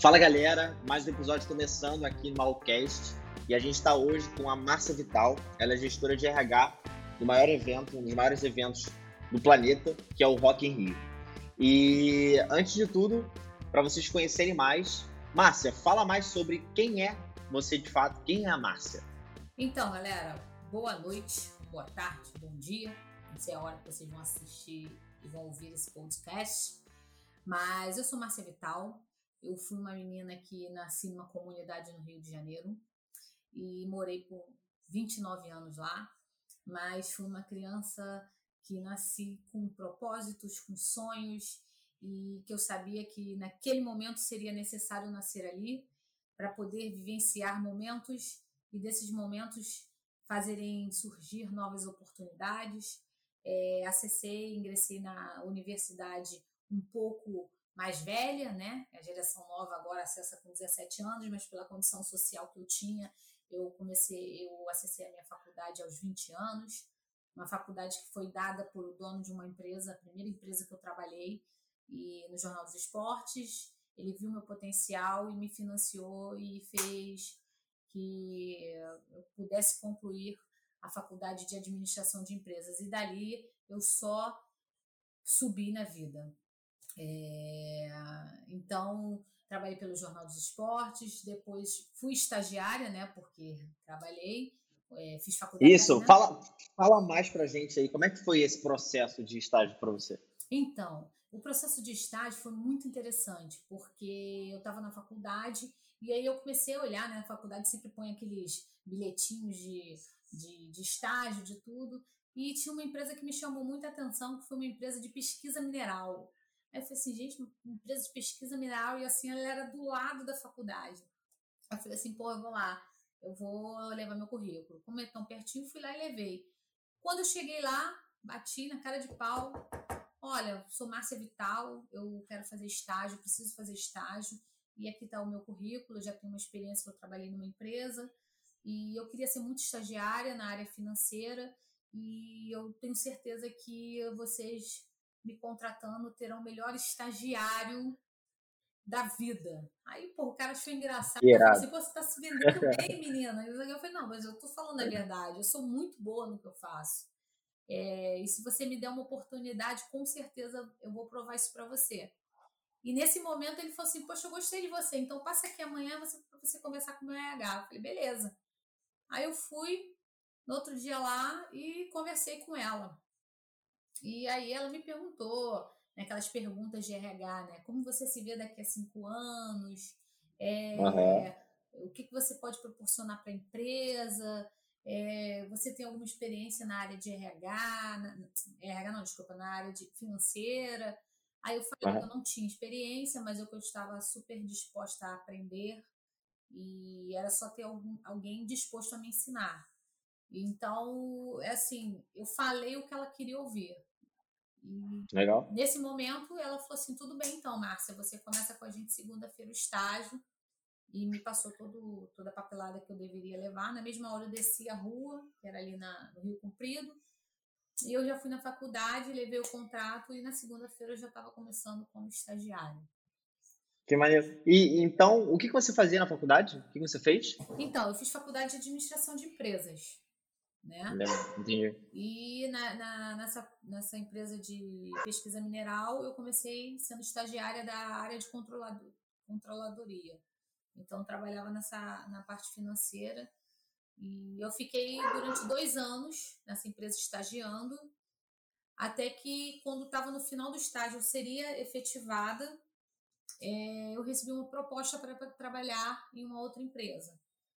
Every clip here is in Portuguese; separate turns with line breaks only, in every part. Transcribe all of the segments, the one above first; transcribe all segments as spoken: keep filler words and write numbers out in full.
Fala galera, mais um episódio começando aqui no Malcast e a gente está hoje com a Márcia Vital. Ela é gestora de R H do maior evento, um dos maiores eventos do planeta, que é o Rock in Rio. E antes de tudo, para vocês conhecerem mais, Márcia, fala mais sobre quem é você de fato, quem é a Márcia?
Então galera, boa noite, boa tarde, bom dia, não sei a hora que vocês vão assistir e vão ouvir esse podcast, mas eu sou Márcia Vital. Eu fui uma menina que nasci numa comunidade no Rio de Janeiro e morei por vinte e nove anos lá, mas fui uma criança que nasci com propósitos, com sonhos e que eu sabia que naquele momento seria necessário nascer ali para poder vivenciar momentos e desses momentos fazerem surgir novas oportunidades. É, acessei, ingressei na universidade um pouco mais velha, né? A geração nova agora acessa com dezessete anos, mas pela condição social que eu tinha, eu comecei, eu acessei a minha faculdade aos vinte anos, uma faculdade que foi dada por o dono de uma empresa, a primeira empresa que eu trabalhei, e no Jornal dos Esportes. Ele viu meu potencial e me financiou e fez que eu pudesse concluir a faculdade de administração de empresas, e dali eu só subi na vida. É, então, trabalhei pelo Jornal dos Esportes, depois fui estagiária, né, porque trabalhei, é, fiz faculdade,
Isso,
né?
fala, fala mais pra gente aí, como é que foi esse processo de estágio para você?
Então, o processo de estágio foi muito interessante, porque eu estava na faculdade e aí eu comecei a olhar, né, na faculdade sempre põe aqueles bilhetinhos de, de, de estágio, de tudo, e tinha uma empresa que me chamou muita atenção, que foi uma empresa de pesquisa mineral. Aí eu falei assim, gente, uma empresa de pesquisa mineral, e assim, ela era do lado da faculdade. Aí eu falei assim, pô, eu vou lá, eu vou levar meu currículo. Como é tão pertinho, fui lá e levei. Quando eu cheguei lá, bati na cara de pau, olha, sou Márcia Vital, eu quero fazer estágio, preciso fazer estágio, e aqui está o meu currículo, eu já tenho uma experiência que eu trabalhei numa empresa, e eu queria ser muito estagiária na área financeira, e eu tenho certeza que vocês me contratando terão o melhor estagiário da vida. Aí, pô, o cara achou engraçado, eu falei assim, pô, você tá se vendendo bem, menina. Eu falei, não, mas eu tô falando a verdade, eu sou muito boa no que eu faço. É, e se você me der uma oportunidade, com certeza eu vou provar isso para você. E nesse momento ele falou assim, poxa, eu gostei de você, então passa aqui amanhã para você, você conversar com o meu R H. Eu falei, beleza. Aí eu fui no outro dia lá e conversei com ela. E aí ela me perguntou, né, aquelas perguntas de R H, né? Como você se vê daqui a cinco anos?
Uhum.
É, o que, que você pode proporcionar para a empresa? É, você tem alguma experiência na área de R H? Na, R H não, desculpa, na área de financeira? Aí eu falei que eu
Uhum. não
não tinha experiência, mas eu que eu estava super disposta a aprender e era só ter algum, alguém disposto a me ensinar. Então, é assim, eu falei o que ela queria ouvir. E
Legal.
nesse momento ela falou assim, tudo bem então, Márcia, você começa com a gente segunda-feira o estágio, e me passou todo, toda a papelada que eu deveria levar. Na mesma hora eu desci a rua, que era ali na, no Rio Comprido, e eu já fui na faculdade, levei o contrato, e na segunda-feira eu já estava começando como estagiária.
Que maneiro. E então, o que que você fazia na faculdade? O que que você fez?
Então, eu fiz faculdade de administração de empresas, né?
Entendi.
E na, na, nessa, nessa empresa de pesquisa mineral, eu comecei sendo estagiária da área de controlador, controladoria. Então, trabalhava nessa, na parte financeira. E eu fiquei durante dois anos nessa empresa estagiando, até que, quando estava no final do estágio, eu seria efetivada, é, eu recebi uma proposta para trabalhar em uma outra empresa.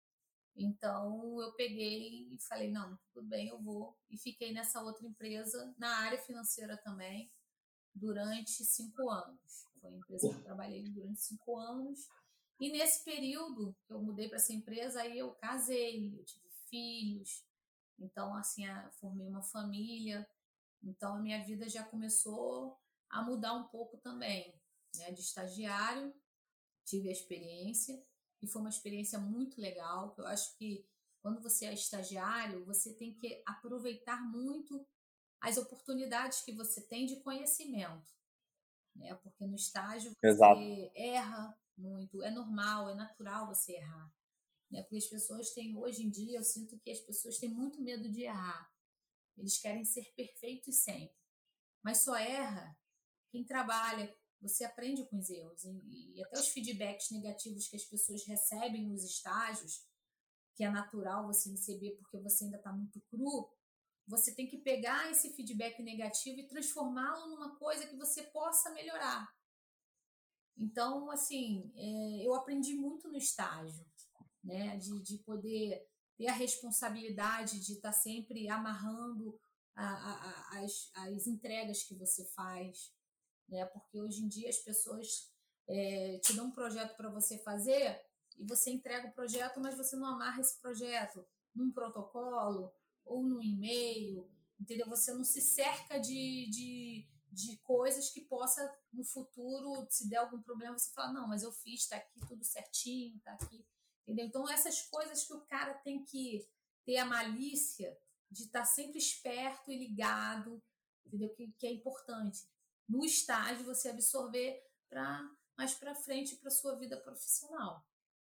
Então, eu peguei e falei, não, tudo bem, eu vou. E fiquei nessa outra empresa, na área financeira também, durante cinco anos. Foi a empresa que eu trabalhei durante cinco anos. E nesse período que eu mudei para essa empresa, aí eu casei, eu tive filhos. Então, assim, formei uma família. Então, a minha vida já começou a mudar um pouco também, né? De estagiário, tive a experiência, e foi uma experiência muito legal. Eu acho que quando você é estagiário, você tem que aproveitar muito as oportunidades que você tem de conhecimento, né? Porque no estágio
Exato.
você erra, muito. É normal, é natural você errar. Né? Porque as pessoas têm, hoje em dia, eu sinto que as pessoas têm muito medo de errar. Eles querem ser perfeitos sempre. Mas só erra quem trabalha. Você aprende com os erros. E, e até os feedbacks negativos que as pessoas recebem nos estágios, que é natural você receber porque você ainda está muito cru, você tem que pegar esse feedback negativo e transformá-lo numa coisa que você possa melhorar. Então, assim, é, eu aprendi muito no estágio, né? De, de poder ter a responsabilidade de estar sempre amarrando a, a, a, as, as entregas que você faz, né? Porque hoje em dia as pessoas é, te dão um projeto para você fazer e você entrega o projeto, mas você não amarra esse projeto num protocolo ou num e-mail, entendeu? Você não se cerca de, de, de coisas que possa, no futuro, se der algum problema, você fala, não, mas eu fiz, tá aqui tudo certinho, tá aqui, entendeu? Então, essas coisas que o cara tem que ter a malícia de estar sempre esperto e ligado, entendeu? Que, que é importante. No estágio, você absorver para mais para frente para sua vida profissional.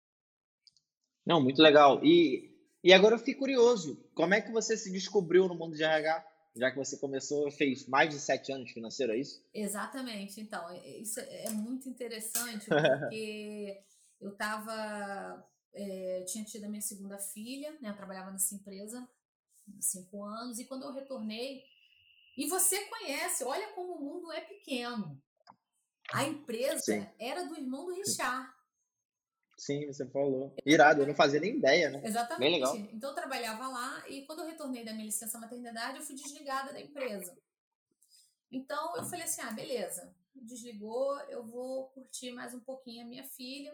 Não, muito legal. E, e agora eu fiquei curioso, como é que você se descobriu no mundo de R H? Já que você começou, fez mais de sete anos de financeiro, é isso?
Exatamente. Então, isso é muito interessante porque eu estava, é, tinha tido a minha segunda filha, né? Eu trabalhava nessa empresa há cinco anos e quando eu retornei, e você conhece, olha como o mundo é pequeno. A empresa
Sim.
era do irmão do Richard.
Sim, você falou. Irado, eu não fazia nem ideia, né?
Exatamente.
Bem legal.
Então eu trabalhava lá e quando eu retornei da minha licença maternidade, eu fui desligada da empresa. Então eu falei assim, ah, beleza, desligou, eu vou curtir mais um pouquinho a minha filha.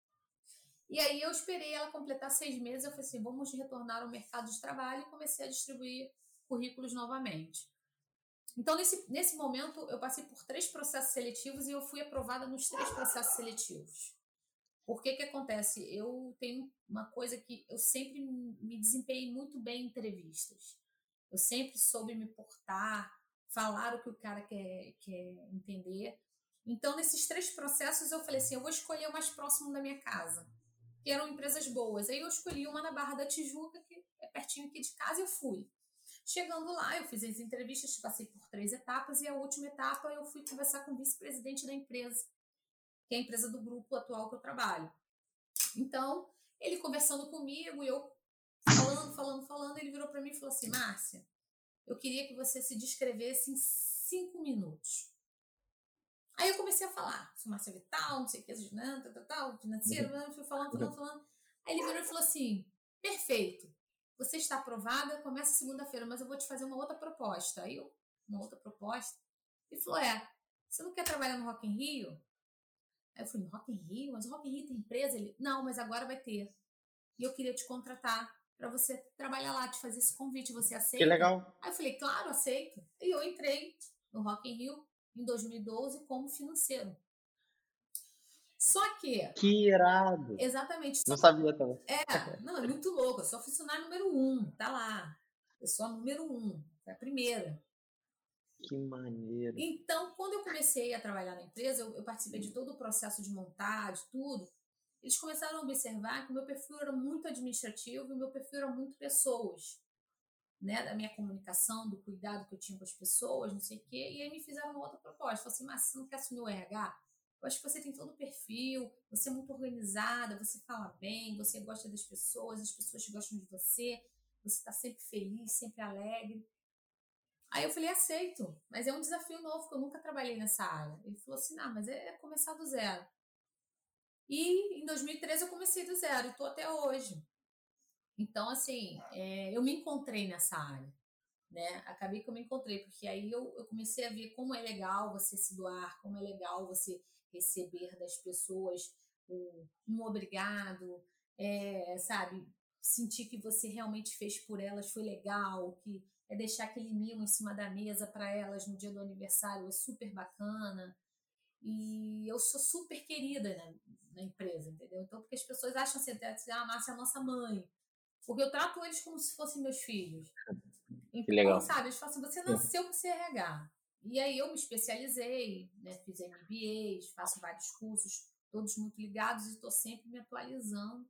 E aí eu esperei ela completar seis meses, eu falei assim, vamos retornar ao mercado de trabalho e comecei a distribuir currículos novamente. Então, nesse, nesse momento, eu passei por três processos seletivos e eu fui aprovada nos três processos seletivos. Por que que acontece? Eu tenho uma coisa que eu sempre me desempenhei muito bem em entrevistas. Eu sempre soube me portar, falar o que o cara quer, quer entender. Então, nesses três processos, eu falei assim, eu vou escolher o mais próximo da minha casa, que eram empresas boas. Aí eu escolhi uma na Barra da Tijuca, que é pertinho aqui de casa, e eu fui. Chegando lá, eu fiz as entrevistas, passei por três etapas, e a última etapa eu fui conversar com o vice-presidente da empresa, que é a empresa do grupo atual que eu trabalho. Então, ele conversando comigo, e eu falando, falando, falando, ele virou para mim e falou assim, Márcia, eu queria que você se descrevesse em cinco minutos. Aí eu comecei a falar, sou Márcia Vital, não sei o que, tal, tal, tal, financeiro, fui falando, falando, falando. Aí ele virou e falou assim, perfeito, você está aprovada, começa segunda-feira, mas eu vou te fazer uma outra proposta. Aí eu, uma outra proposta? Ele falou, é, você não quer trabalhar no Rock in Rio? Aí eu falei, no Rock in Rio? Mas o Rock in Rio tem empresa? Ele, não, mas agora vai ter. E eu queria te contratar para você trabalhar lá, te fazer esse convite, você aceita?
Que legal.
Aí eu falei, claro, aceito. E eu entrei no Rock in Rio em dois mil e doze como financeiro. Só que...
Que irado.
Exatamente.
Não sabia também.
É, não, é muito louco. Eu sou funcionário número um, tá lá. Eu sou a número um, é a primeira.
Que maneiro.
Então, quando eu comecei a trabalhar na empresa, eu, eu participei de todo o processo de montar, de tudo. Eles começaram a observar que o meu perfil era muito administrativo e o meu perfil era muito pessoas, né? Da minha comunicação, do cuidado que eu tinha com as pessoas, não sei o quê. E aí me fizeram uma outra proposta. Falaram assim, mas você não quer assumir o R H? Eu acho que você tem todo o perfil, você é muito organizada, você fala bem, você gosta das pessoas, as pessoas gostam de você, você está sempre feliz, sempre alegre. Aí eu falei, aceito, mas é um desafio novo, porque eu nunca trabalhei nessa área. Ele falou assim, não, mas é começar do zero. E em dois mil e treze eu comecei do zero e estou até hoje. Então, assim, é, eu me encontrei nessa área, né? Acabei que eu me encontrei, porque aí eu, eu comecei a ver como é legal você se doar, como é legal você receber das pessoas um, um obrigado, é, sabe? Sentir que você realmente fez por elas foi legal, que é deixar aquele mimo em cima da mesa para elas no dia do aniversário é super bacana. E eu sou super querida, né, na empresa, entendeu? Então, porque as pessoas acham assim, ah, a Márcia é a nossa mãe. Porque eu trato eles como se fossem meus filhos. Então,
que legal.
sabe, eles falam assim, você nasceu para ser R H. E aí eu me especializei, né, fiz M B As, faço vários cursos, todos muito ligados e estou sempre me atualizando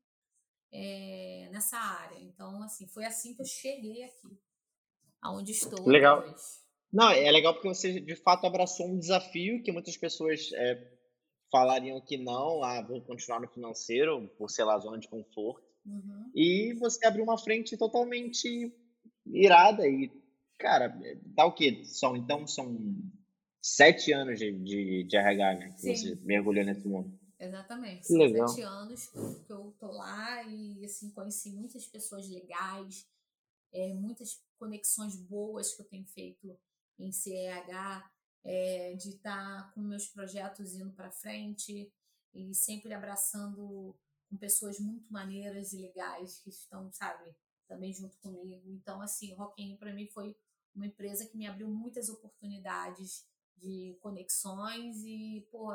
é, nessa área. Então, assim, foi assim que eu cheguei aqui, aonde estou até
Legal.
hoje.
Não, é legal porque você de fato abraçou um desafio que muitas pessoas é, falariam que não, ah, vou continuar no financeiro, por, sei lá, zona de conforto.
Uhum.
E você abriu uma frente totalmente irada e, cara, dá o quê? São, então, são sete anos de, de, de R H, né? Que você
Sim,
mergulhou nesse mundo.
exatamente.
Que
São
legal.
sete anos que eu tô lá e, assim, conheci muitas pessoas legais, é, muitas conexões boas que eu tenho feito em C R H, é, de estar com meus projetos indo para frente e sempre abraçando com pessoas muito maneiras e legais que estão, sabe, também junto comigo. Então, assim, o Rock in Rio para mim foi uma empresa que me abriu muitas oportunidades de conexões e, pô,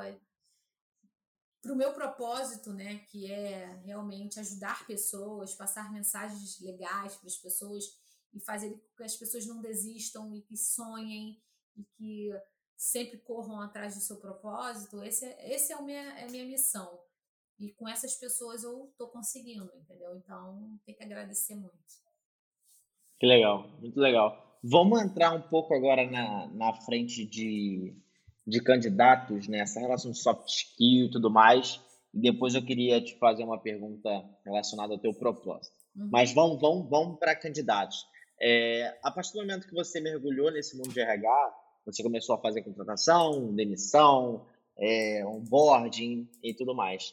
para o meu propósito, né, que é realmente ajudar pessoas, passar mensagens legais para as pessoas e fazer com que as pessoas não desistam e que sonhem e que sempre corram atrás do seu propósito, esse é, esse é, o minha, é a minha missão. E com essas pessoas eu estou conseguindo, entendeu? Então, tem que agradecer muito.
Que legal, muito legal. Vamos entrar um pouco agora na, na frente de, de candidatos, né? Essa relação de soft skill e tudo mais. E depois eu queria te fazer uma pergunta relacionada ao teu propósito. Mas
Uhum.
vamos, vamos, vamos para candidatos. É, a partir do momento que você mergulhou nesse mundo de R H, você começou a fazer contratação, demissão, é, onboarding e tudo mais.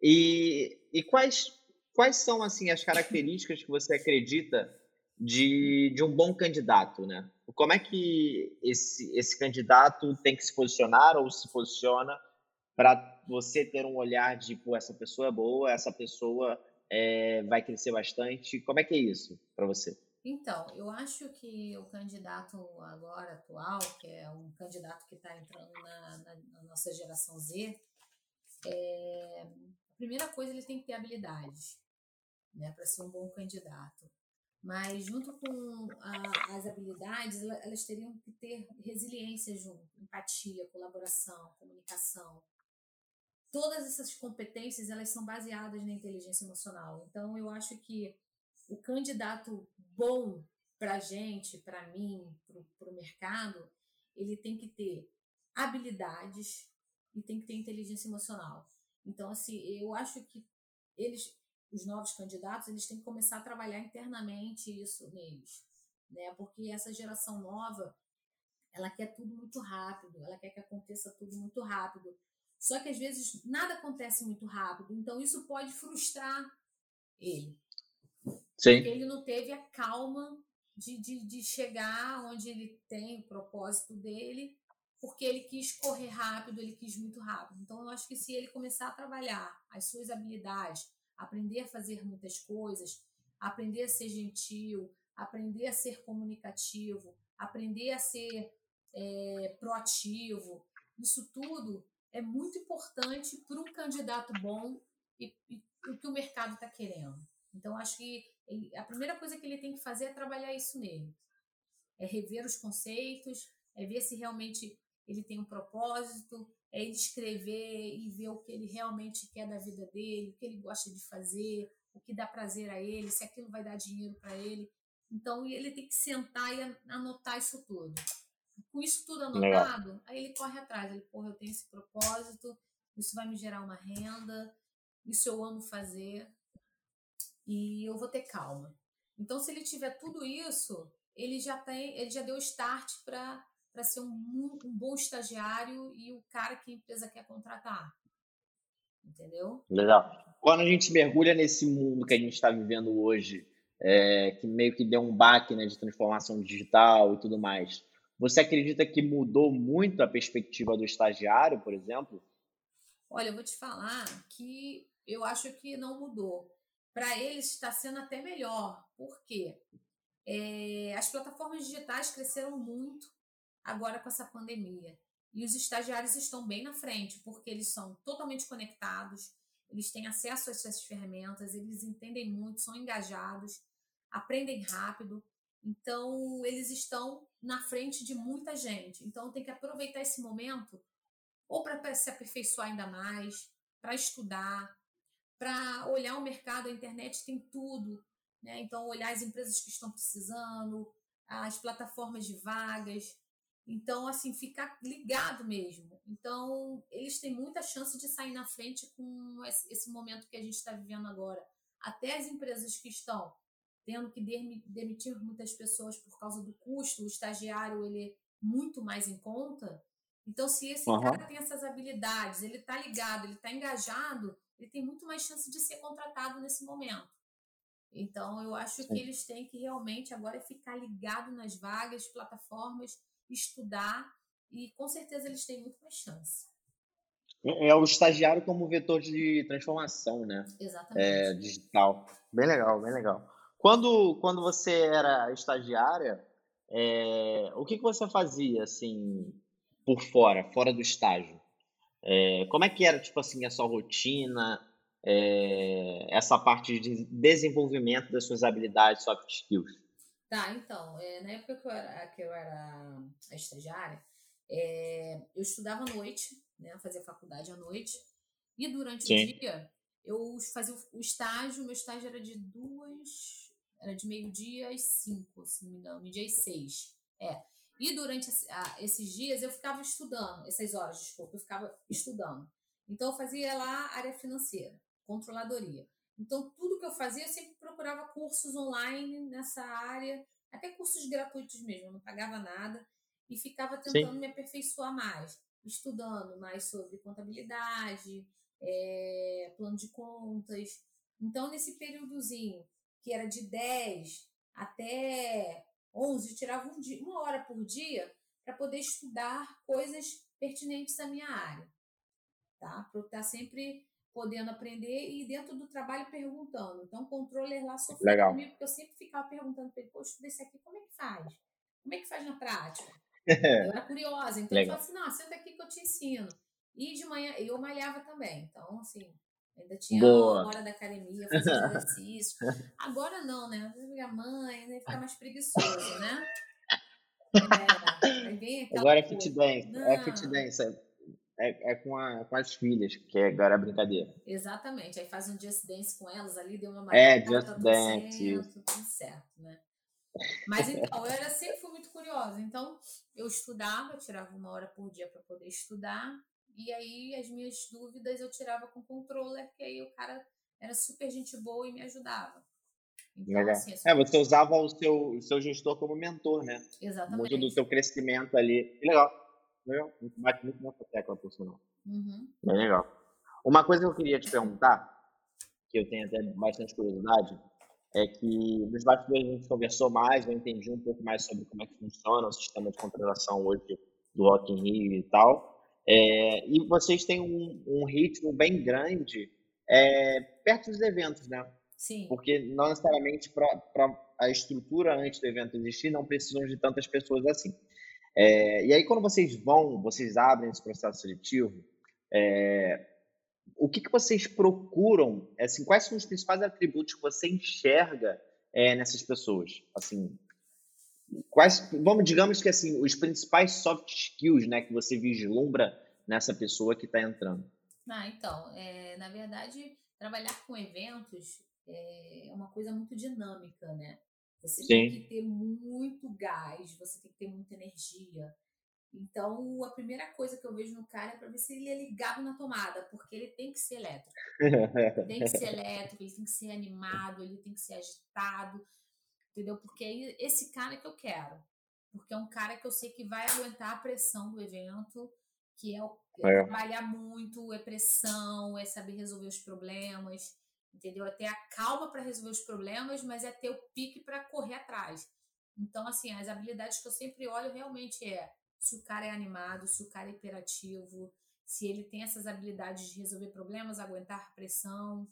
E, e quais, quais são assim as características que você acredita de, de um bom candidato, né? Como é que esse, esse candidato tem que se posicionar ou se posiciona para você ter um olhar de, pô, essa pessoa é boa, essa pessoa é, vai crescer bastante. Como é que é isso para você?
Então, eu acho que o candidato agora atual, que é um candidato que está entrando na, na, na nossa geração Z, a primeira coisa ele tem que ter habilidades, né, para ser um bom candidato. Mas junto com a, as habilidades, elas teriam que ter resiliência junto, empatia, colaboração, comunicação. Todas essas competências, elas são baseadas na inteligência emocional. Então, eu acho que o candidato bom para a gente, para mim, para o mercado, ele tem que ter habilidades e tem que ter inteligência emocional. Então, assim, eu acho que eles, os novos candidatos, eles têm que começar a trabalhar internamente isso neles, né? Porque essa geração nova, ela quer tudo muito rápido, ela quer que aconteça tudo muito rápido. Só que às vezes nada acontece muito rápido, então isso pode frustrar ele,
Sim,
porque ele não teve a calma de, de, de chegar onde ele tem o propósito dele, porque ele quis correr rápido, ele quis muito rápido. Então, eu acho que se ele começar a trabalhar as suas habilidades, aprender a fazer muitas coisas, aprender a ser gentil, aprender a ser comunicativo, aprender a ser é, proativo, isso tudo é muito importante para um candidato bom e, e o que o mercado está querendo. Então, acho que a primeira coisa que ele tem que fazer é trabalhar isso nele. É rever os conceitos, é ver se realmente ele tem um propósito, é ele escrever e ver o que ele realmente quer da vida dele, o que ele gosta de fazer, o que dá prazer a ele, se aquilo vai dar dinheiro para ele. Então, ele tem que sentar e anotar isso tudo. Com isso tudo
legal.
anotado, aí ele corre atrás. Ele, porra, eu tenho esse propósito, isso vai me gerar uma renda, isso eu amo fazer e eu vou ter calma. Então, se ele tiver tudo isso, ele já tem, ele já deu start para para ser um, um bom estagiário e o cara que a empresa quer contratar, entendeu?
Legal. Quando a gente mergulha nesse mundo que a gente está vivendo hoje, é, que meio que deu um baque, né, de transformação digital e tudo mais, você acredita que mudou muito a perspectiva do estagiário, por exemplo?
Olha, eu vou te falar que eu acho que não mudou. Para eles está sendo até melhor. Por quê? É, as plataformas digitais cresceram muito agora com essa pandemia. E os estagiários estão bem na frente, porque eles são totalmente conectados, eles têm acesso a essas ferramentas, eles entendem muito, são engajados, aprendem rápido. Então, eles estão na frente de muita gente. Então, tem que aproveitar esse momento ou para se aperfeiçoar ainda mais, para estudar, para olhar o mercado. A internet tem tudo, né? Então, olhar as empresas que estão precisando, as plataformas de vagas. Então, assim, ficar ligado mesmo. Então, eles têm muita chance de sair na frente com esse momento que a gente está vivendo agora. Até as empresas que estão tendo que demitir muitas pessoas por causa do custo, o estagiário ele é muito mais em conta. Então, se esse
Aham.
cara tem essas habilidades, ele está ligado, ele está engajado, ele tem muito mais chance de ser contratado nesse momento. Então, eu acho que
Sim.
eles têm que realmente agora ficar ligado nas vagas, plataformas, estudar, e com certeza eles têm muito mais chance.
É, é o estagiário como vetor de transformação, né? É,
Exatamente.
digital. Bem legal, bem legal. Quando, quando você era estagiária, é, o que que você fazia, assim, por fora, fora do estágio? É, como é que era, tipo assim, a sua rotina, é, essa parte de desenvolvimento das suas habilidades, soft skills?
Tá, então, é, na época que eu era, que eu era a estagiária, é, eu estudava à noite, né, fazia faculdade à noite, e durante o
Sim,
dia eu fazia o, o estágio. Meu estágio era de duas, era de meio-dia às cinco, se não me engano, meio-dia às seis. É. E durante esse- a- esses dias eu ficava estudando, essas horas, desculpa, eu ficava estudando. Então eu fazia lá área financeira, controladoria. Então, tudo que eu fazia, eu sempre procurava cursos online nessa área, até cursos gratuitos mesmo, eu não pagava nada, e ficava
sim,
tentando me aperfeiçoar mais, estudando mais sobre contabilidade, é, plano de contas. Então, nesse períodozinho, que era de dez até onze, eu tirava um dia, uma hora por dia para poder estudar coisas pertinentes à minha área, tá? Para eu estar sempre podendo aprender e dentro do trabalho perguntando. Então, o controller lá sofria
legal.
comigo, porque eu sempre ficava perguntando para ele: pô, estuda esse aqui, como é que faz? Como é que faz na prática? Eu era curiosa, então ele
Legal.
falava assim: não, senta aqui que eu te ensino. E de manhã eu malhava também, então, assim, ainda tinha a
Boa.
hora da academia, fazia os exercícios. Agora não, né? Às vezes minha mãe, né, fica mais preguiçoso, né? É, aí vem aquela
Agora é fit
coisa.
dance, é fit
Não,
dance, é, é com, a, com as filhas, que agora é brincadeira.
exatamente. Aí faz um just dance com elas ali, deu uma
É,
malhada, tá
Just
tudo
Dance, isso.
certo, tudo certo, né? Mas então, eu era, sempre fui muito curiosa. Então, eu estudava, eu tirava uma hora por dia para poder estudar. E aí, as minhas dúvidas eu tirava com o controller, que aí o cara era super gente boa e me ajudava. Então,
Legal.
assim, eu
É,
sempre...
você usava o seu, o seu gestor como mentor, né? Muito do
Exatamente.
teu crescimento ali. Que legal. Legal. Muito, bate muito nessa tecla, por sinal.
Uhum.
Bem legal. Uma coisa que eu queria te perguntar, que eu tenho até bastante curiosidade, é que nos bastidores a gente conversou mais, eu entendi um pouco mais sobre como é que funciona o sistema de contratação hoje do Rock in Rio e tal. É, e vocês têm um, um ritmo bem grande é, perto dos eventos, né?
Sim.
Porque não necessariamente para a estrutura antes do evento existir, não precisam de tantas pessoas assim. É, e aí, quando vocês vão, vocês abrem esse processo seletivo, é, o que, que vocês procuram? Assim, quais são os principais atributos que você enxerga é, nessas pessoas? Assim, quais, vamos, digamos que assim, os principais soft skills, né, que você vislumbra nessa pessoa que está entrando.
Ah, então, é, na verdade, trabalhar com eventos é uma coisa muito dinâmica, né? Você tem que
Sim.
ter muito gás, você tem que ter muita energia. Então, a primeira coisa que eu vejo no cara é para ver se ele é ligado na tomada, porque ele tem que ser elétrico. Tem que ser elétrico, ele tem que ser animado, ele tem que ser agitado, entendeu? Porque é esse cara que eu quero. Porque é um cara que eu sei que vai aguentar a pressão do evento, que é, o, é
É,
trabalhar muito, é pressão, é saber resolver os problemas, entendeu? É ter a calma para resolver os problemas, mas é ter o pique para correr atrás. Então, assim, as habilidades que eu sempre olho realmente é se o cara é animado, se o cara é hiperativo, se ele tem essas habilidades de resolver problemas, aguentar pressão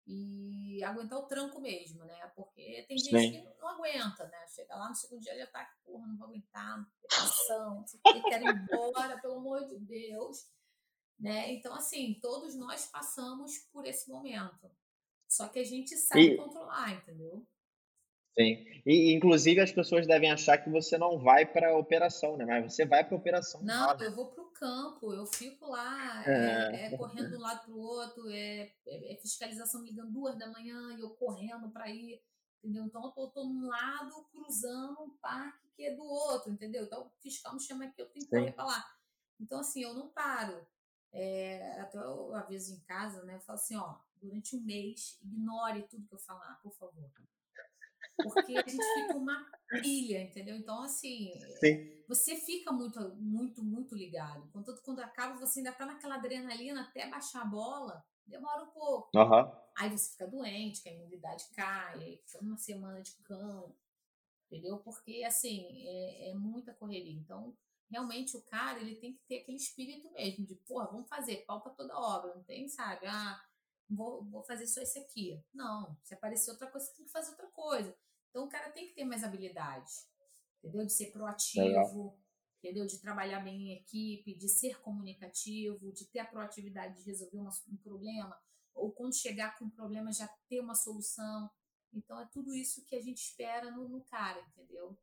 e aguentar o tranco mesmo, né? Porque tem gente
sim.
que não aguenta, né? Chega lá no segundo dia já tá, porra, não vou aguentar, depressão, não sei o que, quero ir embora, pelo amor de Deus, né? Então, assim, todos nós passamos por esse momento. Só que a gente
E,
sabe controlar, entendeu?
sim. E, inclusive, as pessoas devem achar que você não vai para a operação, né? Mas você vai para a operação
Não,
lá, né?
eu vou pro campo, eu fico lá é, é,
É,
correndo de um lado para o outro, é, é, é fiscalização me ligando duas da manhã e eu correndo para ir, entendeu? Então eu tô, tô num lado cruzando um parque que é do outro, entendeu? Então o fiscal me chama aqui, eu tenho que correr
sim,
para lá. Então assim, eu não paro. É, até eu aviso em casa, né? Eu falo assim, ó, durante um mês, ignore tudo que eu falar, por favor. Porque a gente fica uma pilha, entendeu? Então, assim,
sim.
você fica muito, muito, muito ligado. Contanto, quando acaba, você ainda tá naquela adrenalina até baixar a bola, demora um pouco.
Aham.
Aí você fica doente, que a imunidade cai, aí fica uma semana de cama, entendeu? Porque, assim, é, é muita correria. Então, realmente, o cara, ele tem que ter aquele espírito mesmo, de, porra, vamos fazer, pau pra toda obra. Não tem, sabe? Ah, vou, vou fazer só esse aqui. Não, se aparecer outra coisa, você tem que fazer outra coisa. Então, o cara tem que ter mais habilidade, entendeu? De ser
Legal.
proativo, entendeu? De trabalhar bem em equipe, de ser comunicativo, de ter a proatividade de resolver uma, um problema, ou quando chegar com um problema já ter uma solução. Então, é tudo isso que a gente espera no, no cara, entendeu?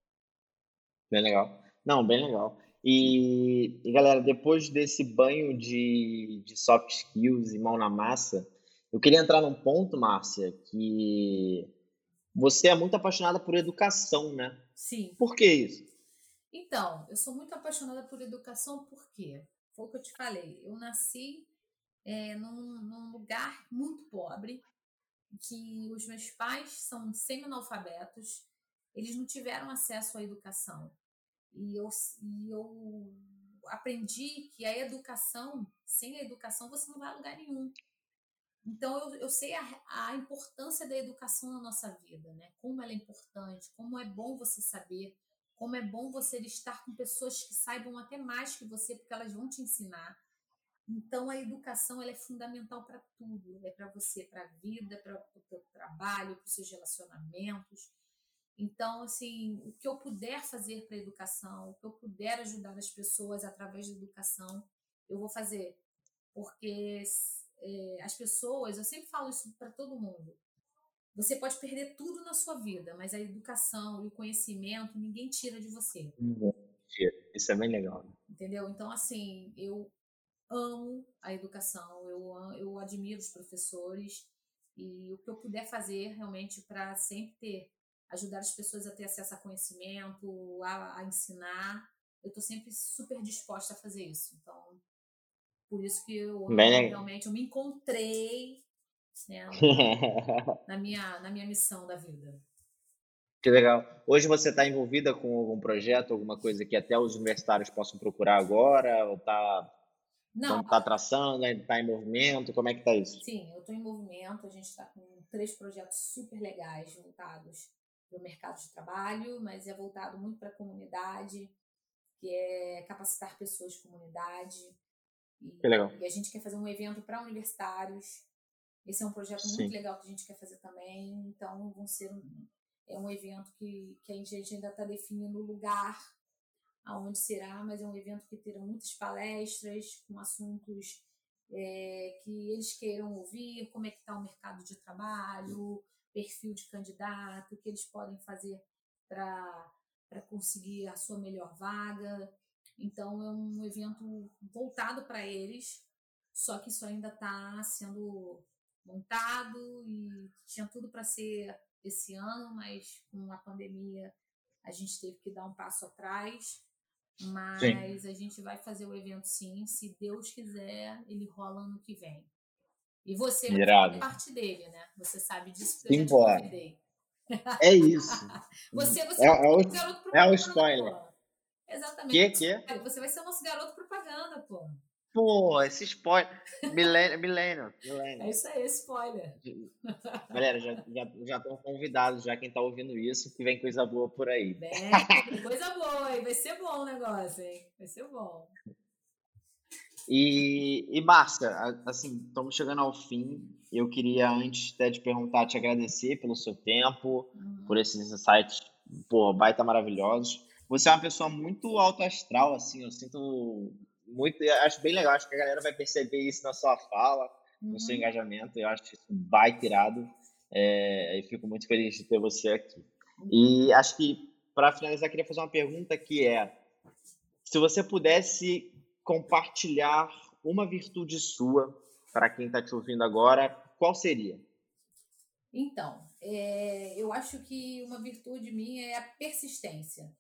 Bem legal. Não, bem legal. E, e, galera, depois desse banho de, de soft skills e mão na massa, eu queria entrar num ponto, Márcia, que você é muito apaixonada por educação, né?
Sim.
Por que isso?
Então, eu sou muito apaixonada por educação porque foi o que eu te falei. Eu nasci é, num, num lugar muito pobre, que os meus pais são semi-analfabetos, eles não tiveram acesso à educação. E eu, e eu aprendi que a educação, sem a educação, você não vai a lugar nenhum. Então, eu, eu sei a, a importância da educação na nossa vida, né? Como ela é importante, como é bom você saber, como é bom você estar com pessoas que saibam até mais que você, porque elas vão te ensinar. Então, a educação ela é fundamental para tudo. É para você, para a vida, para o seu trabalho, para os seus relacionamentos. Então, assim, o que eu puder fazer para a educação, o que eu puder ajudar as pessoas através da educação, eu vou fazer. Porque é, as pessoas, eu sempre falo isso para todo mundo, você pode perder tudo na sua vida, mas a educação e o conhecimento ninguém tira de você,
Mentira. Isso é bem legal.
entendeu? Então, assim, eu amo a educação, eu, am- eu admiro os professores e o que eu puder fazer realmente para sempre ter, ajudar as pessoas a ter acesso a conhecimento, a, a ensinar, eu estou sempre super disposta a fazer isso. Então, por isso que eu
Bem
amo,
legal.
realmente, eu me encontrei, né, na, na, minha, na minha missão da vida.
Que legal. Hoje você está envolvida com algum projeto, alguma coisa que até os universitários possam procurar agora? Ou está
Não,
não tá traçando, está em movimento? Como é que tá isso?
sim, eu estou em movimento, a gente está com três projetos super legais voltados para o mercado de trabalho, mas é voltado muito para a comunidade, que é capacitar pessoas de comunidade.
Que
E,
legal.
e a gente quer fazer um evento para universitários. Esse é um projeto muito
Sim,
legal que a gente quer fazer também. Então, vão ser um, é um evento que, que a gente ainda está definindo o lugar aonde será, mas é um evento que terá muitas palestras com assuntos é, que eles queiram ouvir, como é que está o mercado de trabalho, perfil de candidato, o que eles podem fazer para conseguir a sua melhor vaga. Então, é um evento voltado para eles, só que isso ainda está sendo montado e tinha tudo para ser esse ano, mas com a pandemia a gente teve que dar um passo atrás.
sim.
Mas a gente vai fazer o evento sim, se Deus quiser, ele rola ano que vem. E você vai fazer
Irado.
parte dele, né? Você sabe disso porque eu já te
Simbora.
convidei.
É isso.
Você,
É,
você vai
é
ser
o,
o nosso garoto
é o
propaganda,
spoiler.
pô. Exatamente.
Que, que?
Você vai ser o nosso garoto propaganda, pô.
Pô, esse spoiler. Milênio, milênio,
É
milênio.
isso aí, spoiler.
Galera, já já já estão convidados, já quem tá ouvindo isso, que vem coisa boa por aí.
Bem, coisa boa, hein? Vai ser bom o negócio, hein? Vai ser bom.
E, e Márcia, a- assim, estamos chegando ao fim. Eu queria, antes até de perguntar, te agradecer pelo seu tempo, por
Uhum.
esses insights, pô, baita maravilhosos. Você é uma pessoa muito alto astral, assim, eu sinto muito, eu acho bem legal, acho que a galera vai perceber isso na sua fala, no seu
Uhum.
engajamento, eu acho isso baita irado, é, e fico muito feliz de ter você aqui. E acho que, para finalizar, queria fazer uma pergunta que é, se você pudesse compartilhar uma virtude sua para quem está te ouvindo agora, qual seria?
Então, é, eu acho que uma virtude minha é a persistência.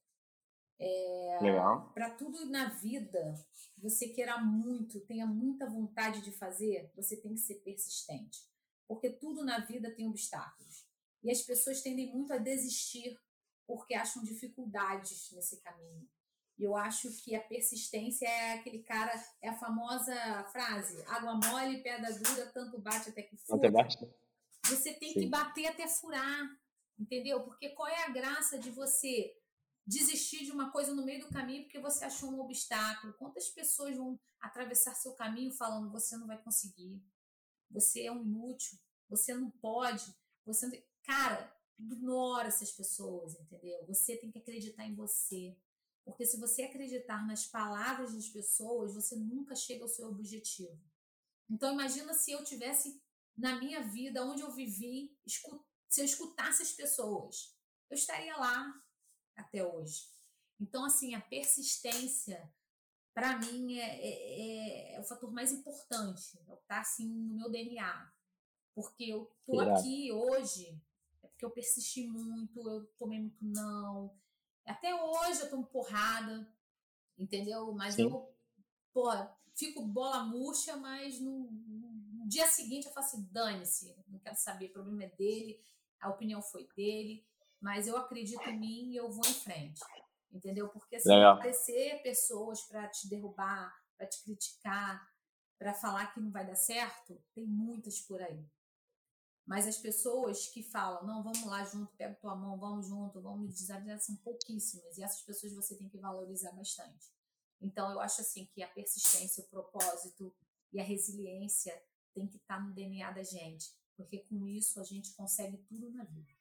É,
Legal.
para tudo na vida, você queira muito, tenha muita vontade de fazer, você tem que ser persistente. Porque tudo na vida tem obstáculos. E as pessoas tendem muito a desistir porque acham dificuldades nesse caminho. E eu acho que a persistência é aquele cara, é a famosa frase, água mole, pedra dura, tanto bate até que fura.
Até bate.
Você tem
Sim.
que bater até furar, entendeu? Porque qual é a graça de você desistir de uma coisa no meio do caminho porque você achou um obstáculo? Quantas pessoas vão atravessar seu caminho falando você não vai conseguir, você é um inútil, você não pode, você não... Cara, ignora essas pessoas, entendeu? Você tem que acreditar em você. Porque se você acreditar nas palavras das pessoas, você nunca chega ao seu objetivo. Então imagina se eu tivesse na minha vida, onde eu vivi, se eu escutasse as pessoas, eu estaria lá até hoje. Então, assim, a persistência, para mim, é, é, é o fator mais importante. Está, assim, no meu D N A. Porque eu tô aqui hoje, é porque eu persisti muito, eu tomei muito não. Até hoje eu tomo porrada, entendeu? Mas Sim. eu, porra, fico bola murcha, mas no, no dia seguinte eu faço assim, dane-se, não quero saber, o problema é dele, a opinião foi dele, mas eu acredito em mim e eu vou em frente, entendeu? Porque assim, aparecer pessoas para te derrubar, para te criticar, para falar que não vai dar certo, tem muitas por aí. Mas as pessoas que falam, não, vamos lá junto, pega tua mão, vamos junto, vamos me desafiar, são pouquíssimas. E essas pessoas você tem que valorizar bastante. Então, eu acho assim que a persistência, o propósito e a resiliência tem que estar no D N A da gente. Porque com isso a gente consegue tudo na vida.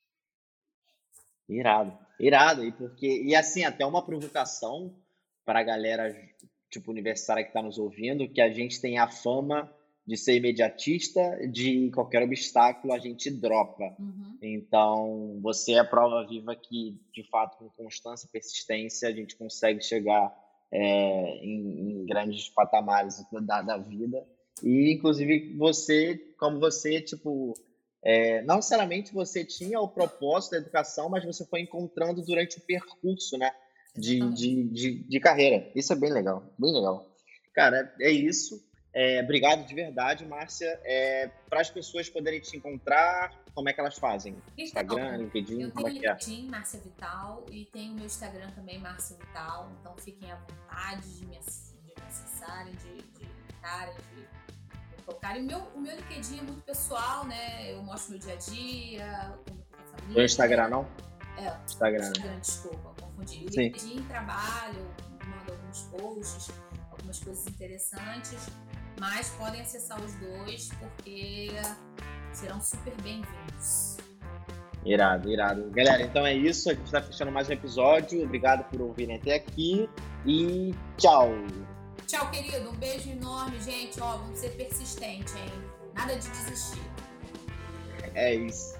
Irado, irado. E, porque, e assim, até uma provocação para a galera tipo universitária que está nos ouvindo, que a gente tem a fama de ser imediatista, de qualquer obstáculo a gente dropa.
Uhum.
Então, você é a prova viva que, de fato, com constância e persistência, a gente consegue chegar é, em, em grandes patamares da, da vida. E, inclusive, você, como você, tipo, é, não necessariamente você tinha o propósito da educação, mas você foi encontrando durante o percurso, né, de, de, de, de carreira. Isso é bem legal, bem legal. Cara, é isso. É, obrigado de verdade, Márcia. É, para as pessoas poderem te encontrar, como é que elas fazem?
Então,
Instagram, LinkedIn,
eu
como é
tenho
que é?
LinkedIn, Márcia Vital, e tenho meu Instagram também, Márcia Vital. Então fiquem à vontade de me, de me acessarem, de, de clicarem, de me colocarem. O meu, o meu LinkedIn é muito pessoal, né? Eu mostro meu dia a dia, como com a família.
No Instagram, não?
É,
Instagram.
Instagram, desculpa, confundi. O
Sim.
LinkedIn, trabalho, mando alguns posts, algumas coisas interessantes. Mas podem acessar os dois, porque serão super bem-vindos.
Irado, irado. Galera, então é isso. A gente está fechando mais um episódio. Obrigado por ouvirem até aqui. E tchau.
Tchau, querido. Um beijo enorme, gente. Ó, vamos ser persistentes, hein? Nada de desistir.
É isso.